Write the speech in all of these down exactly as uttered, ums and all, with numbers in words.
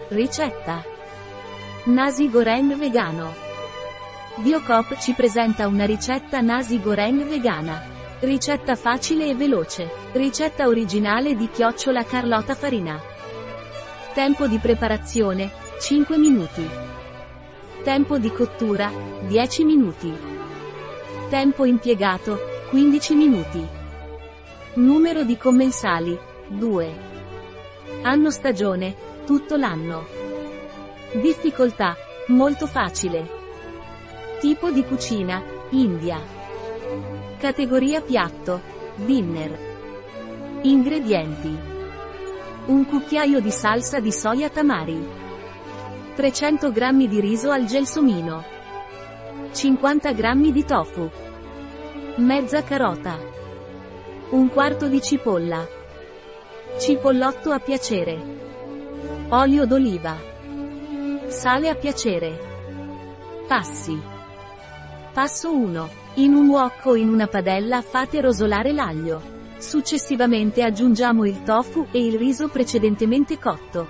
Ricetta: nasi goreng vegano. Biocoop ci presenta una ricetta nasi goreng vegana. Ricetta facile e veloce. Ricetta originale di chiocciola Carlotta Farina. Tempo di preparazione: cinque minuti. Tempo di cottura: dieci minuti. Tempo impiegato: quindici minuti. Numero di commensali: due. Anno stagione: tutto l'anno. Difficoltà: molto facile. Tipo di cucina: India. Categoria piatto: dinner. Ingredienti: un cucchiaio di salsa di soia tamari, trecento grammi di riso al gelsomino, cinquanta grammi di tofu, mezza carota, un quarto di cipolla, cipollotto a piacere, olio d'oliva, sale a piacere. Passi. Passo uno. In un wok o in una padella fate rosolare l'aglio. Successivamente aggiungiamo il tofu e il riso precedentemente cotto.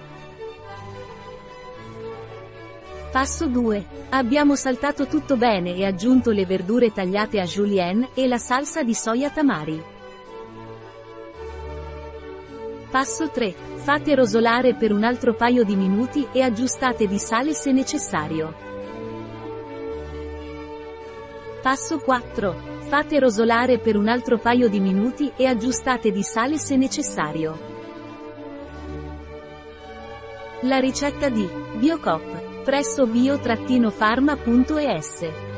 Passo due. Abbiamo saltato tutto bene e aggiunto le verdure tagliate a julienne e la salsa di soia tamari. Passo tre. Fate rosolare per un altro paio di minuti e aggiustate di sale se necessario. Passo quattro. Fate rosolare per un altro paio di minuti e aggiustate di sale se necessario. La ricetta di Biocoop presso bio-pharma punto es